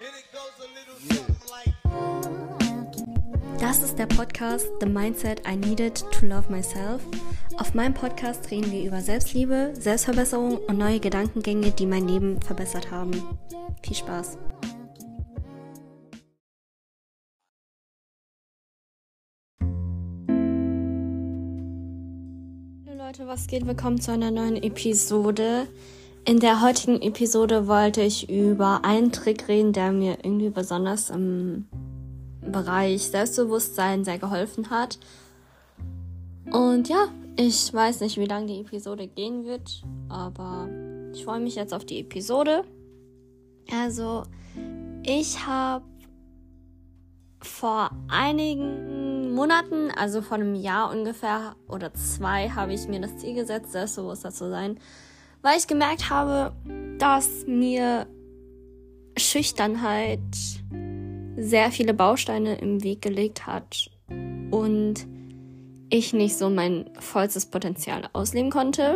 Das ist der Podcast The Mindset I Needed to Love Myself. Auf meinem Podcast reden wir über Selbstliebe, Selbstverbesserung und neue Gedankengänge, die mein Leben verbessert haben. Viel Spaß! Hallo Leute, was geht? Willkommen zu einer neuen Episode. In der heutigen Episode wollte ich über einen Trick reden, der mir irgendwie besonders im Bereich Selbstbewusstsein sehr geholfen hat. Und ja, ich weiß nicht, wie lange die Episode gehen wird, aber ich freue mich jetzt auf die Episode. Also, ich habe vor einigen Monaten, also vor einem Jahr ungefähr oder 2, habe ich mir das Ziel gesetzt, selbstbewusster zu sein, weil ich gemerkt habe, dass mir Schüchternheit sehr viele Bausteine im Weg gelegt hat und ich nicht so mein vollstes Potenzial ausleben konnte.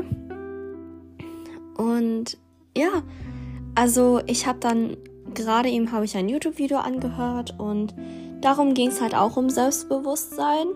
Und ja, also ich habe dann, gerade eben habe ich ein YouTube-Video angehört und darum ging es halt auch um Selbstbewusstsein.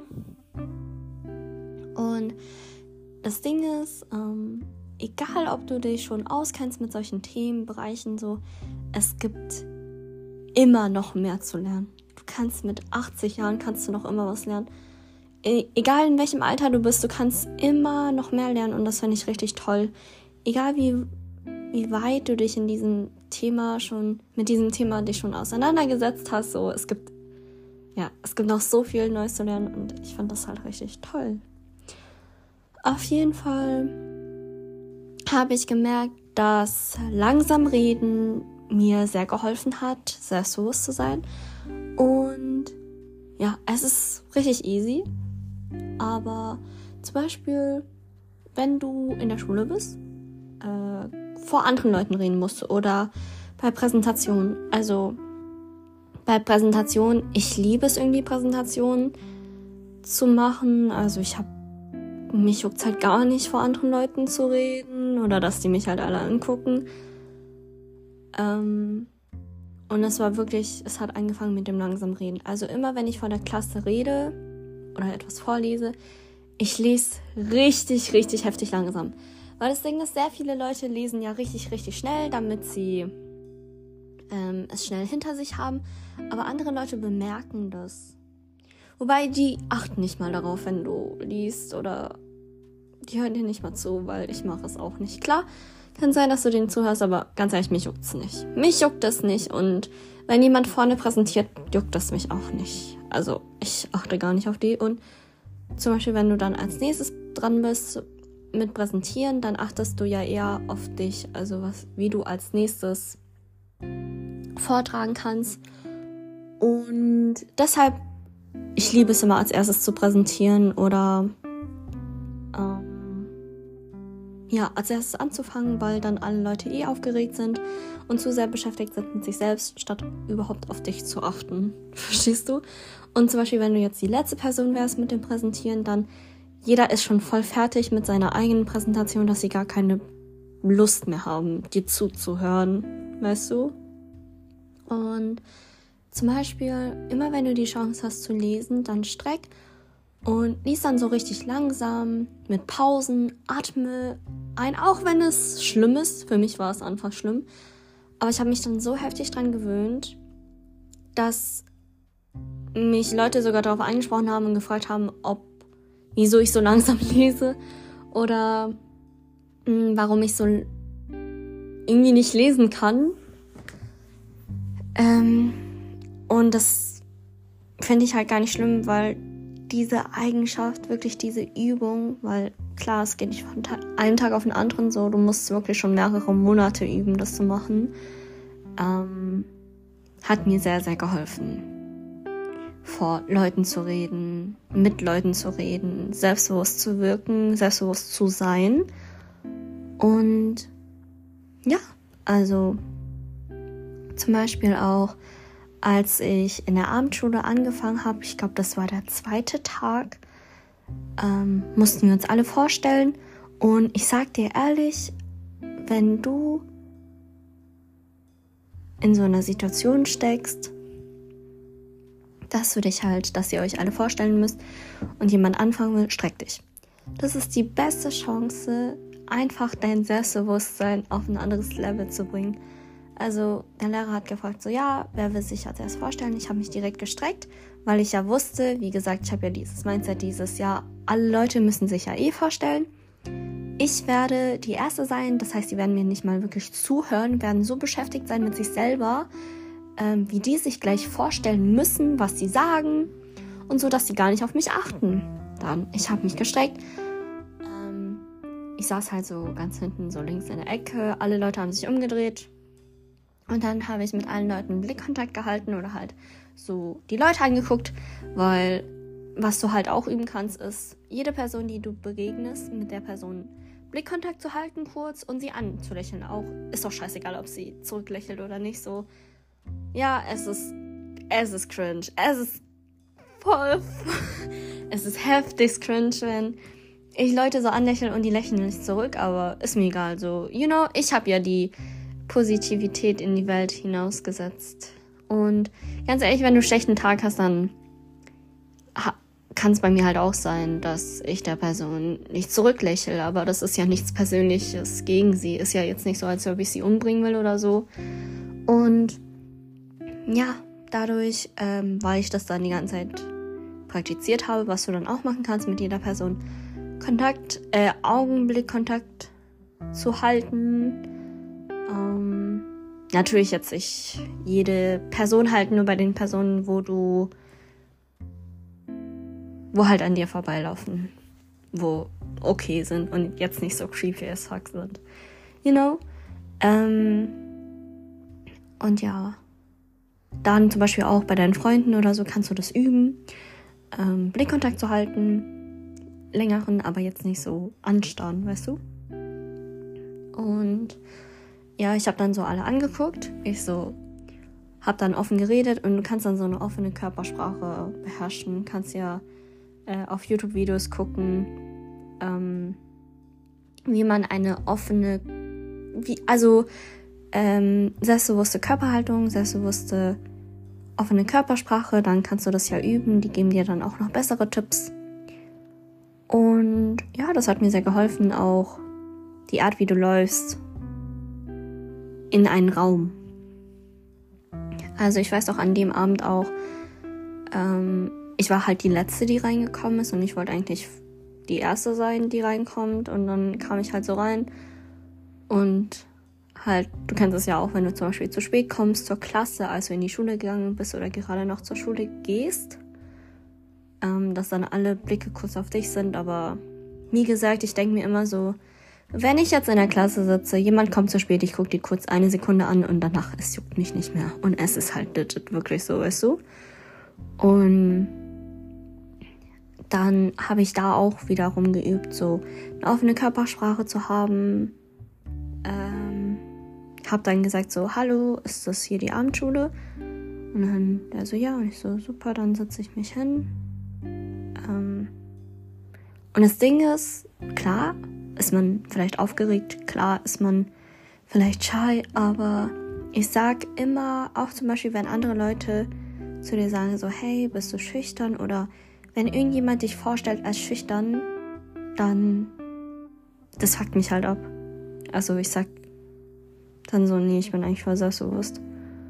Und das Ding ist, egal ob du dich schon auskennst mit solchen Themenbereichen, so, es gibt immer noch mehr zu lernen. Du kannst mit 80 Jahren kannst du noch immer was lernen. Egal in welchem Alter du bist, du kannst immer noch mehr lernen und das finde ich richtig toll. Egal wie weit du dich mit diesem Thema dich schon auseinandergesetzt hast, so, es gibt noch so viel Neues zu lernen und ich fand das halt richtig toll. Auf jeden Fall habe ich gemerkt, dass langsam reden mir sehr geholfen hat, selbstbewusst zu sein. Und ja, es ist richtig easy. Aber zum Beispiel, wenn du in der Schule bist, vor anderen Leuten reden musst oder bei Präsentationen. Also bei Präsentationen, ich liebe es irgendwie, Präsentationen zu machen. Also mich juckt es halt gar nicht, vor anderen Leuten zu reden oder dass die mich halt alle angucken. Und es hat angefangen mit dem langsamen Reden. Also immer, wenn ich vor der Klasse rede oder etwas vorlese, ich lese richtig, richtig heftig langsam. Weil das Ding ist, sehr viele Leute lesen ja richtig, richtig schnell, damit sie es schnell hinter sich haben. Aber andere Leute bemerken das. Wobei, die achten nicht mal darauf, wenn du liest oder die hören dir nicht mal zu, weil ich mache es auch nicht. Klar, kann sein, dass du denen zuhörst, aber ganz ehrlich, mich juckt es nicht. Mich juckt das nicht und wenn jemand vorne präsentiert, juckt das mich auch nicht. Also ich achte gar nicht auf die und zum Beispiel, wenn du dann als nächstes dran bist mit Präsentieren, dann achtest du ja eher auf dich, also wie du als nächstes vortragen kannst. Und deshalb, ich liebe es immer als erstes zu präsentieren oder als erstes anzufangen, weil dann alle Leute aufgeregt sind und zu sehr beschäftigt sind mit sich selbst, statt überhaupt auf dich zu achten. Verstehst du? Und zum Beispiel, wenn du jetzt die letzte Person wärst mit dem Präsentieren, dann jeder ist schon voll fertig mit seiner eigenen Präsentation, dass sie gar keine Lust mehr haben, dir zuzuhören. Weißt du? Und zum Beispiel, immer wenn du die Chance hast zu lesen, dann streck und lies dann so richtig langsam, mit Pausen, atme ein, auch wenn es schlimm ist. Für mich war es anfangs schlimm. Aber ich habe mich dann so heftig dran gewöhnt, dass mich Leute sogar darauf angesprochen haben und gefragt haben, wieso ich so langsam lese oder warum ich so irgendwie nicht lesen kann. Und das finde ich halt gar nicht schlimm, weil diese Eigenschaft, wirklich diese Übung, weil klar, es geht nicht von einem Tag auf den anderen so, du musst wirklich schon mehrere Monate üben, das zu machen, hat mir sehr, sehr geholfen. Vor Leuten zu reden, mit Leuten zu reden, selbstbewusst zu wirken, selbstbewusst zu sein. Und ja, also zum Beispiel auch, als ich in der Abendschule angefangen habe, ich glaube, das war der 2. Tag, mussten wir uns alle vorstellen. Und ich sag dir ehrlich, wenn du in so einer Situation steckst, dass ihr euch alle vorstellen müsst und jemand anfangen will, streck dich. Das ist die beste Chance, einfach dein Selbstbewusstsein auf ein anderes Level zu bringen. Also der Lehrer hat gefragt, so ja, wer will sich als erstes vorstellen? Ich habe mich direkt gestreckt, weil ich ja wusste, wie gesagt, ich habe ja dieses Mindset dieses Jahr, alle Leute müssen sich ja vorstellen. Ich werde die Erste sein, das heißt, die werden mir nicht mal wirklich zuhören, werden so beschäftigt sein mit sich selber, wie die sich gleich vorstellen müssen, was sie sagen und so, dass sie gar nicht auf mich achten. Dann, ich habe mich gestreckt. Ich saß halt so ganz hinten, so links in der Ecke, alle Leute haben sich umgedreht. Und dann habe ich mit allen Leuten Blickkontakt gehalten oder halt so die Leute angeguckt, weil was du halt auch üben kannst, ist, jede Person, die du begegnest, mit der Person Blickkontakt zu halten kurz und sie anzulächeln. Auch ist doch scheißegal, ob sie zurücklächelt oder nicht so. Ja, es ist cringe. Es ist heftig cringe, wenn ich Leute so anlächle und die lächeln nicht zurück, aber ist mir egal. So, ich habe ja die Positivität in die Welt hinausgesetzt. Und ganz ehrlich, wenn du einen schlechten Tag hast, dann kann es bei mir halt auch sein, dass ich der Person nicht zurücklächle, aber das ist ja nichts Persönliches gegen sie. Ist ja jetzt nicht so, als ob ich sie umbringen will oder so. Und ja, dadurch, weil ich das dann die ganze Zeit praktiziert habe, was du dann auch machen kannst mit jeder Person, Augenblickkontakt zu halten. Natürlich jetzt nicht jede Person halt, nur bei den Personen, wo halt an dir vorbeilaufen, wo okay sind und jetzt nicht so creepy as fuck sind. Und ja, dann zum Beispiel auch bei deinen Freunden oder so kannst du das üben, Blickkontakt zu halten, längeren, aber jetzt nicht so anstarren, weißt du? Und ja, ich habe dann so alle angeguckt, habe dann offen geredet und du kannst dann so eine offene Körpersprache beherrschen, kannst ja auf YouTube-Videos gucken, wie man eine offene, selbstbewusste Körperhaltung, selbstbewusste offene Körpersprache, dann kannst du das ja üben, die geben dir dann auch noch bessere Tipps. Und ja, das hat mir sehr geholfen, auch die Art, wie du läufst, in einen Raum. Also ich weiß auch an dem Abend auch, ich war halt die Letzte, die reingekommen ist und ich wollte eigentlich die Erste sein, die reinkommt und dann kam ich halt so rein und halt, du kennst es ja auch, wenn du zum Beispiel zu spät kommst zur Klasse, als du in die Schule gegangen bist oder gerade noch zur Schule gehst, dass dann alle Blicke kurz auf dich sind, aber wie gesagt, ich denke mir immer so, wenn ich jetzt in der Klasse sitze, jemand kommt zu spät, ich gucke die kurz 1 Sekunde an und danach, es juckt mich nicht mehr. Und es ist halt legit wirklich so, weißt du? Und dann habe ich da auch wiederum geübt, so eine offene Körpersprache zu haben. Habe dann gesagt so, hallo, ist das hier die Abendschule? Und dann der so, ja. Und ich so, super, dann setze ich mich hin. Und das Ding ist, klar, ist man vielleicht aufgeregt, klar ist man vielleicht shy, aber ich sag immer, auch zum Beispiel, wenn andere Leute zu dir sagen so, hey, bist du schüchtern? Oder wenn irgendjemand dich vorstellt als schüchtern, dann, das fuckt mich halt ab. Also ich sag dann so, nee, ich bin eigentlich voll selbstbewusst.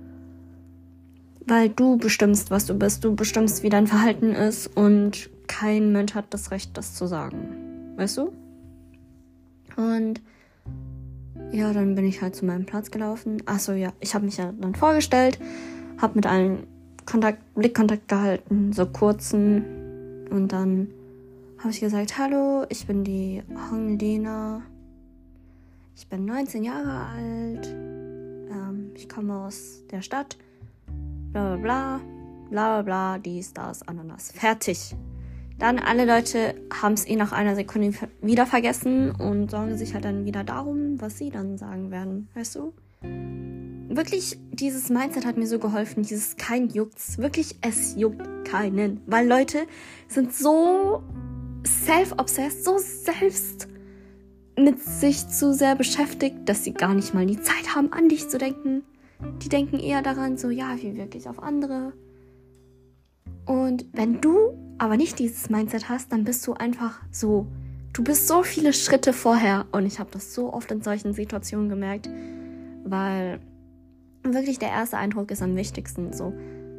Weil du bestimmst, was du bist, du bestimmst, wie dein Verhalten ist und kein Mensch hat das Recht, das zu sagen. Weißt du? Und ja, dann bin ich halt zu meinem Platz gelaufen. Achso, ja, ich habe mich ja dann vorgestellt, habe mit allen Blickkontakt gehalten, so kurzen. Und dann habe ich gesagt, hallo, ich bin die Hong Lena. Ich bin 19 Jahre alt. Ich komme aus der Stadt. Bla bla bla. Bla bla bla, dies, das, Ananas. Fertig. Dann alle Leute haben es nach einer Sekunde wieder vergessen und sorgen sich halt dann wieder darum, was sie dann sagen werden. Weißt du? Wirklich, dieses Mindset hat mir so geholfen. Dieses kein juckt's. Wirklich, es juckt keinen. Weil Leute sind so self-obsessed, so selbst mit sich zu sehr beschäftigt, dass sie gar nicht mal die Zeit haben, an dich zu denken. Die denken eher daran, so, ja, wie wirke ich auf andere? Und wenn du aber nicht dieses Mindset hast, dann bist du einfach so, du bist so viele Schritte vorher. Und ich habe das so oft in solchen Situationen gemerkt, weil wirklich der erste Eindruck ist am wichtigsten. So,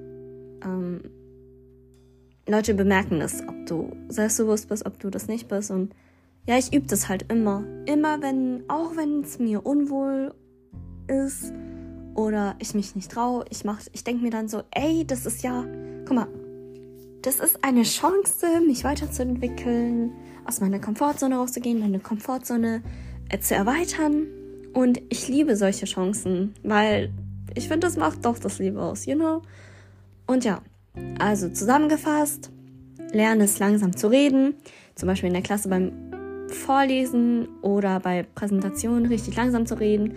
Leute bemerken das, ob du selbstbewusst bist, ob du das nicht bist. Und ja, ich übe das halt immer. Immer, auch wenn es mir unwohl ist oder ich mich nicht traue, ich denke mir dann so, ey, das ist ja, guck mal, das ist eine Chance, mich weiterzuentwickeln, aus meiner Komfortzone rauszugehen, meine Komfortzone zu erweitern. Und ich liebe solche Chancen, weil ich finde, das macht doch das Leben aus, you know? Und ja, also zusammengefasst, lerne es langsam zu reden, zum Beispiel in der Klasse beim Vorlesen oder bei Präsentationen richtig langsam zu reden.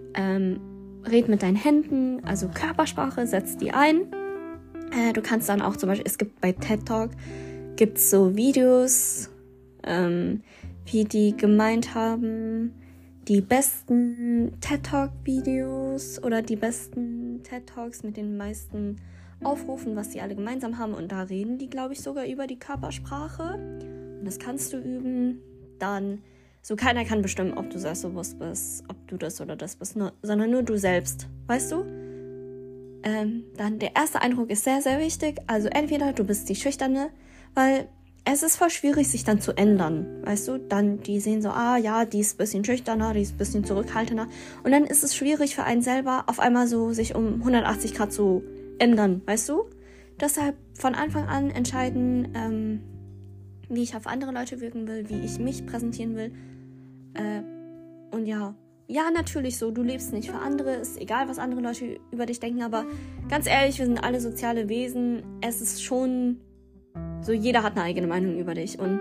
Red mit deinen Händen, also Körpersprache, setz die ein. Du kannst dann auch zum Beispiel, es gibt bei TED Talk, gibt's so Videos, wie die gemeint haben, die besten TED Talk Videos oder die besten TED Talks mit den meisten Aufrufen, was sie alle gemeinsam haben. Und da reden die, glaube ich, sogar über die Körpersprache. Und das kannst du üben. Dann, so keiner kann bestimmen, ob du selbstbewusst bist, ob du das oder das bist, sondern nur du selbst, weißt du? Dann der erste Eindruck ist sehr, sehr wichtig. Also entweder du bist die Schüchterne, weil es ist voll schwierig, sich dann zu ändern, weißt du? Dann, die sehen so, ja, die ist ein bisschen schüchterner, die ist ein bisschen zurückhaltender. Und dann ist es schwierig für einen selber, auf einmal so sich um 180 Grad zu ändern, weißt du? Deshalb von Anfang an entscheiden, wie ich auf andere Leute wirken will, wie ich mich präsentieren will. Und ja, natürlich so, du lebst nicht für andere, ist egal, was andere Leute über dich denken, aber ganz ehrlich, wir sind alle soziale Wesen, es ist schon so, jeder hat eine eigene Meinung über dich und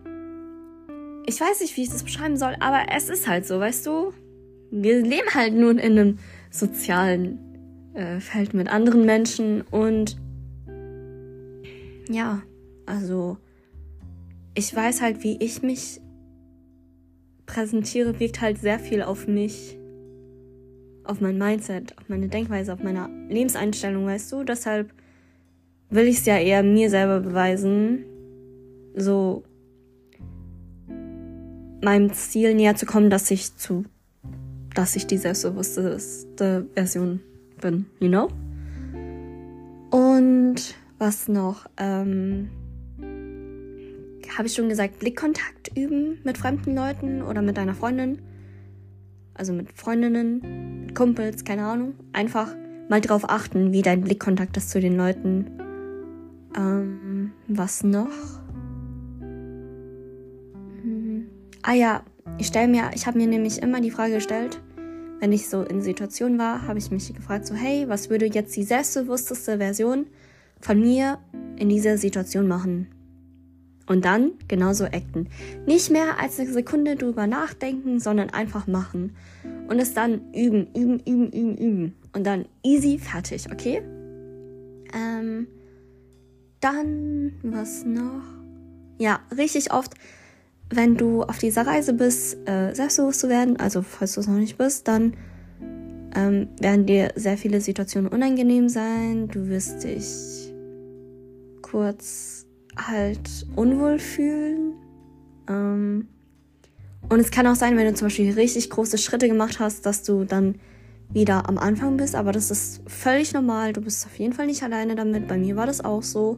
ich weiß nicht, wie ich das beschreiben soll, aber es ist halt so, weißt du, wir leben halt nur in einem sozialen Feld mit anderen Menschen und ja, also ich weiß halt, wie ich mich präsentiere, wirkt halt sehr viel auf mich, auf mein Mindset, auf meine Denkweise, auf meine Lebenseinstellung, weißt du? Deshalb will ich es ja eher mir selber beweisen, so meinem Ziel näher zu kommen, dass ich die selbstbewusste Version bin, you know? Und was noch? Habe ich schon gesagt, Blickkontakt üben mit fremden Leuten oder mit deiner Freundin. Also mit Freundinnen, mit Kumpels, keine Ahnung. Einfach mal drauf achten, wie dein Blickkontakt ist zu den Leuten. Was noch? Ich habe mir nämlich immer die Frage gestellt, wenn ich so in Situationen war, habe ich mich gefragt, so, hey, was würde jetzt die selbstbewussteste Version von mir in dieser Situation machen? Und dann genauso acten. Nicht mehr als eine Sekunde drüber nachdenken, sondern einfach machen. Und es dann üben. Und dann easy, fertig, okay? Dann, was noch? Ja, richtig oft, wenn du auf dieser Reise bist, selbstbewusst zu werden, also falls du es noch nicht bist, dann werden dir sehr viele Situationen unangenehm sein. Du wirst dich kurz halt unwohl fühlen. Und es kann auch sein, wenn du zum Beispiel richtig große Schritte gemacht hast, dass du dann wieder am Anfang bist, aber das ist völlig normal. Du bist auf jeden Fall nicht alleine damit. Bei mir war das auch so.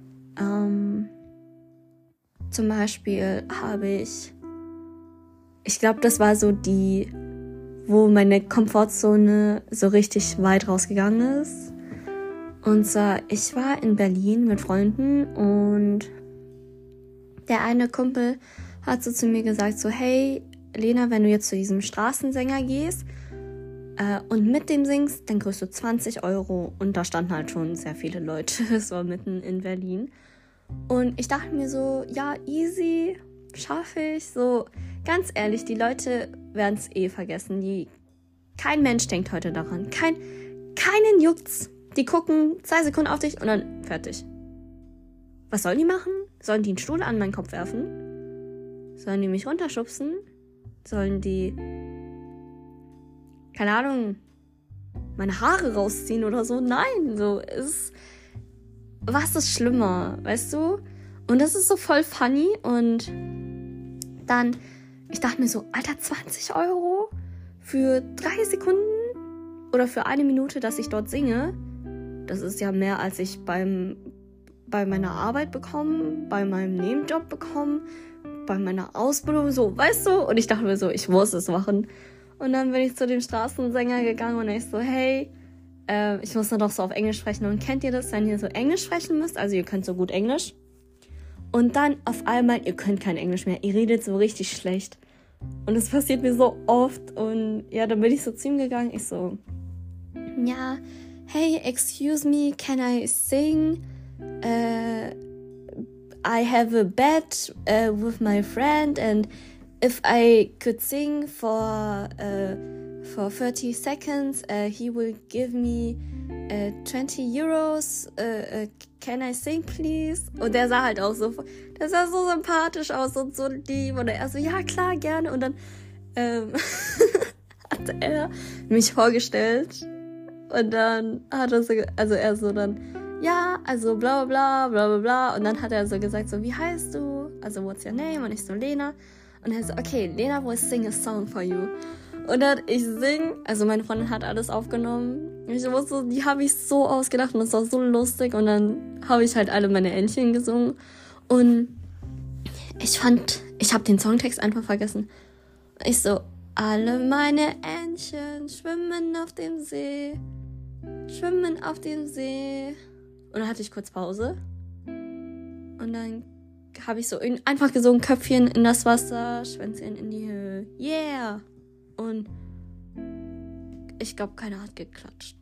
Zum Beispiel habe ich glaube, das war so wo meine Komfortzone so richtig weit rausgegangen ist. Und zwar, ich war in Berlin mit Freunden und der eine Kumpel hat so zu mir gesagt, so, hey, Lena, wenn du jetzt zu diesem Straßensänger gehst und mit dem singst, dann kriegst du 20 Euro. Und da standen halt schon sehr viele Leute, es war mitten in Berlin. Und ich dachte mir so, ja, easy, schaffe ich. So, ganz ehrlich, die Leute werden es vergessen. Kein Mensch denkt heute daran. Keinen juckt's. Die gucken 2 Sekunden auf dich und dann fertig. Was sollen die machen? Sollen die einen Stuhl an meinen Kopf werfen? Sollen die mich runterschubsen? Sollen die, keine Ahnung, meine Haare rausziehen oder so. Nein, so was ist schlimmer, weißt du? Und das ist so voll funny. Und dann, ich dachte mir so, Alter, 20 Euro für 3 Sekunden oder für 1 Minute, dass ich dort singe. Das ist ja mehr, als ich bei meiner Arbeit bekomme, bei meinem Nebenjob bekomme, bei meiner Ausbildung, so, weißt du? Und ich dachte mir so, ich muss es machen. Und dann bin ich zu dem Straßensänger gegangen und ich so, hey, ich muss nur doch so auf Englisch sprechen. Und kennt ihr das, wenn ihr so Englisch sprechen müsst? Also ihr könnt so gut Englisch. Und dann auf einmal, ihr könnt kein Englisch mehr. Ihr redet so richtig schlecht. Und das passiert mir so oft. Und ja, dann bin ich so zu ihm gegangen. Ich so, ja, hey, excuse me, can I sing? I have a bet with my friend, and if I could sing for 30 seconds, he will give me 20 Euros. Can I sing, please? Und der sah halt auch so, der sah so sympathisch aus und so lieb. Und er so, ja klar, gerne. Und dann hat er mich vorgestellt. Und dann hat er so, also er so dann, ja, also bla bla bla bla bla. Und dann hat er so gesagt, so, wie heißt du? Also, what's your name? Und ich so, Lena. Und er so, okay, Lena will sing a song for you. Und dann ich sing, also meine Freundin hat alles aufgenommen. Ich wusste, die habe ich so ausgedacht und es war so lustig. Und dann habe ich halt alle meine Entchen gesungen. Und ich habe den Songtext einfach vergessen. Ich so, alle meine Entchen schwimmen auf dem See. Schwimmen auf dem See. Und dann hatte ich kurz Pause. Und dann habe ich so einfach gesungen, Köpfchen in das Wasser, Schwänzchen in die Höhe. Yeah! Und ich glaube, keiner hat geklatscht.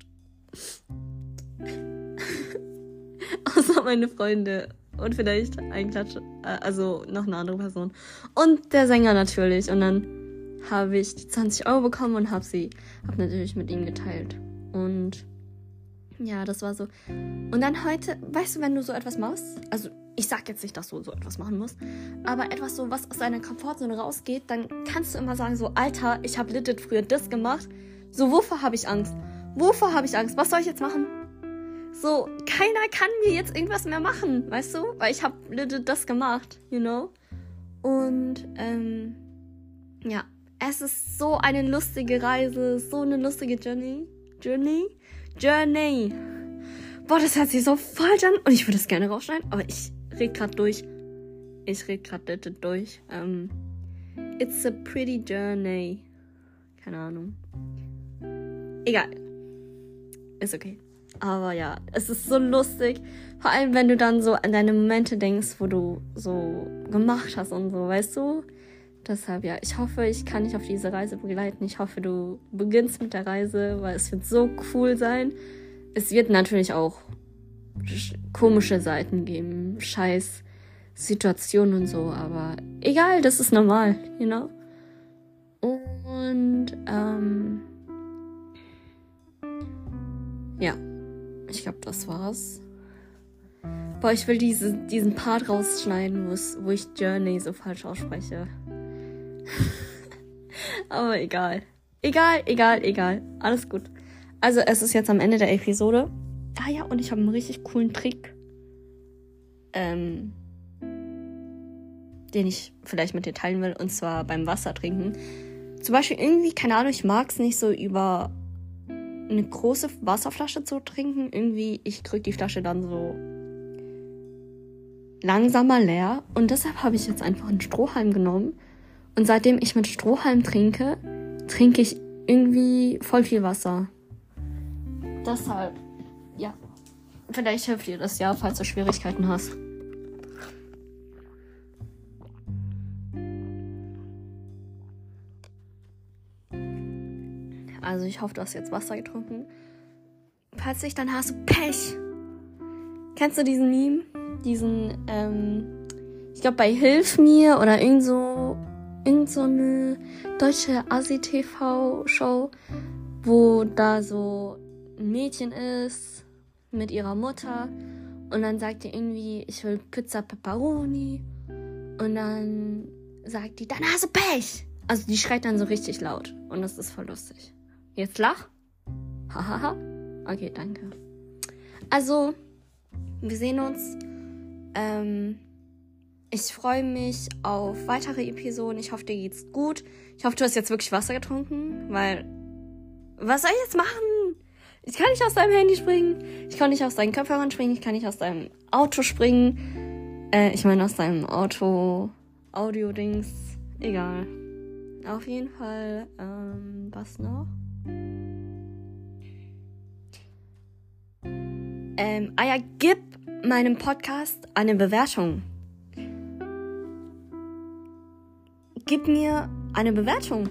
Außer meine Freunde. Und vielleicht ein Klatsch, also noch eine andere Person. Und der Sänger natürlich. Und dann habe ich die 20 Euro bekommen und habe natürlich mit ihm geteilt. Und ja, das war so. Und dann heute, weißt du, wenn du so etwas machst, also ich sag jetzt nicht, dass du so etwas machen musst, aber etwas so, was aus deiner Komfortzone rausgeht, dann kannst du immer sagen so, Alter, ich habe legit früher das gemacht, so, wovor habe ich Angst? Wovor habe ich Angst? Was soll ich jetzt machen? So, keiner kann mir jetzt irgendwas mehr machen, weißt du? Weil ich habe legit das gemacht, you know? Und, ja, es ist so eine lustige Reise, so eine lustige Journey. Boah, das hört sich so falsch an. Und ich würde es gerne rausschneiden, aber ich rede gerade durch. It's a pretty journey. Keine Ahnung. Egal. Ist okay. Aber ja, es ist so lustig. Vor allem, wenn du dann so an deine Momente denkst, wo du so gemacht hast und so, weißt du? Deshalb, ja, ich hoffe, ich kann dich auf diese Reise begleiten. Ich hoffe, du beginnst mit der Reise, weil es wird so cool sein. Es wird natürlich auch komische Seiten geben, scheiß Situationen und so, aber egal, das ist normal, you know? Und, ja, ich glaube, das war's. Boah, ich will diesen Part rausschneiden, wo ich Journey so falsch ausspreche. Aber egal. Egal. Alles gut. Also, es ist jetzt am Ende der Episode. Ah ja, und ich habe einen richtig coolen Trick, den ich vielleicht mit dir teilen will, und zwar beim Wasser trinken. Zum Beispiel irgendwie, keine Ahnung, ich mag es nicht so über eine große Wasserflasche zu trinken. Irgendwie, ich kriege die Flasche dann so langsamer leer. Und deshalb habe ich jetzt einfach einen Strohhalm genommen. Und seitdem ich mit Strohhalm trinke ich irgendwie voll viel Wasser. Deshalb, ja. Vielleicht hilft dir das ja, falls du Schwierigkeiten hast. Also ich hoffe, du hast jetzt Wasser getrunken. Falls nicht, dann hast du Pech. Kennst du diesen Meme? Ich glaube bei Hilf mir oder irgend so eine deutsche Asi-TV-Show, wo da so ein Mädchen ist mit ihrer Mutter und dann sagt die irgendwie, ich will Pizza Pepperoni und dann sagt die, dann hast du Pech. Also die schreit dann so richtig laut und das ist voll lustig. Jetzt lach. Hahaha. Okay, danke. Also, wir sehen uns. Ich freue mich auf weitere Episoden. Ich hoffe, dir geht's gut. Ich hoffe, du hast jetzt wirklich Wasser getrunken, weil... Was soll ich jetzt machen? Ich kann nicht aus deinem Handy springen. Ich kann nicht aus deinen Kopfhörern springen. Ich kann nicht aus deinem Auto springen. Ich meine aus deinem Audio-Dings. Egal. Auf jeden Fall, was noch? Ja, gib meinem Podcast eine Bewertung. Gib mir eine Bewertung.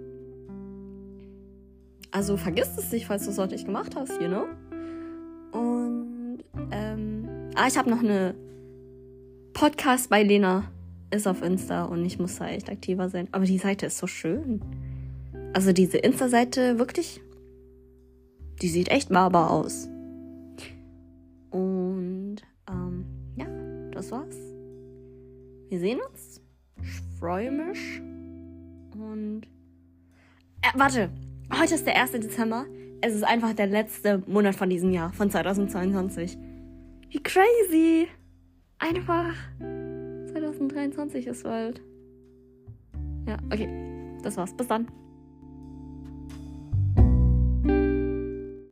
Also vergiss es nicht, falls du es noch nicht gemacht hast, you know? Und, ich habe noch eine Podcast bei Lena. Ist auf Insta und ich muss da echt aktiver sein. Aber die Seite ist so schön. Also diese Insta-Seite, wirklich, die sieht echt barbar aus. Und, ja, das war's. Wir sehen uns. Ich freue mich. Und, warte. Heute ist der 1. Dezember. Es ist einfach der letzte Monat von diesem Jahr, von 2022. Wie crazy. Einfach 2023 ist bald. Ja, okay. Das war's. Bis dann.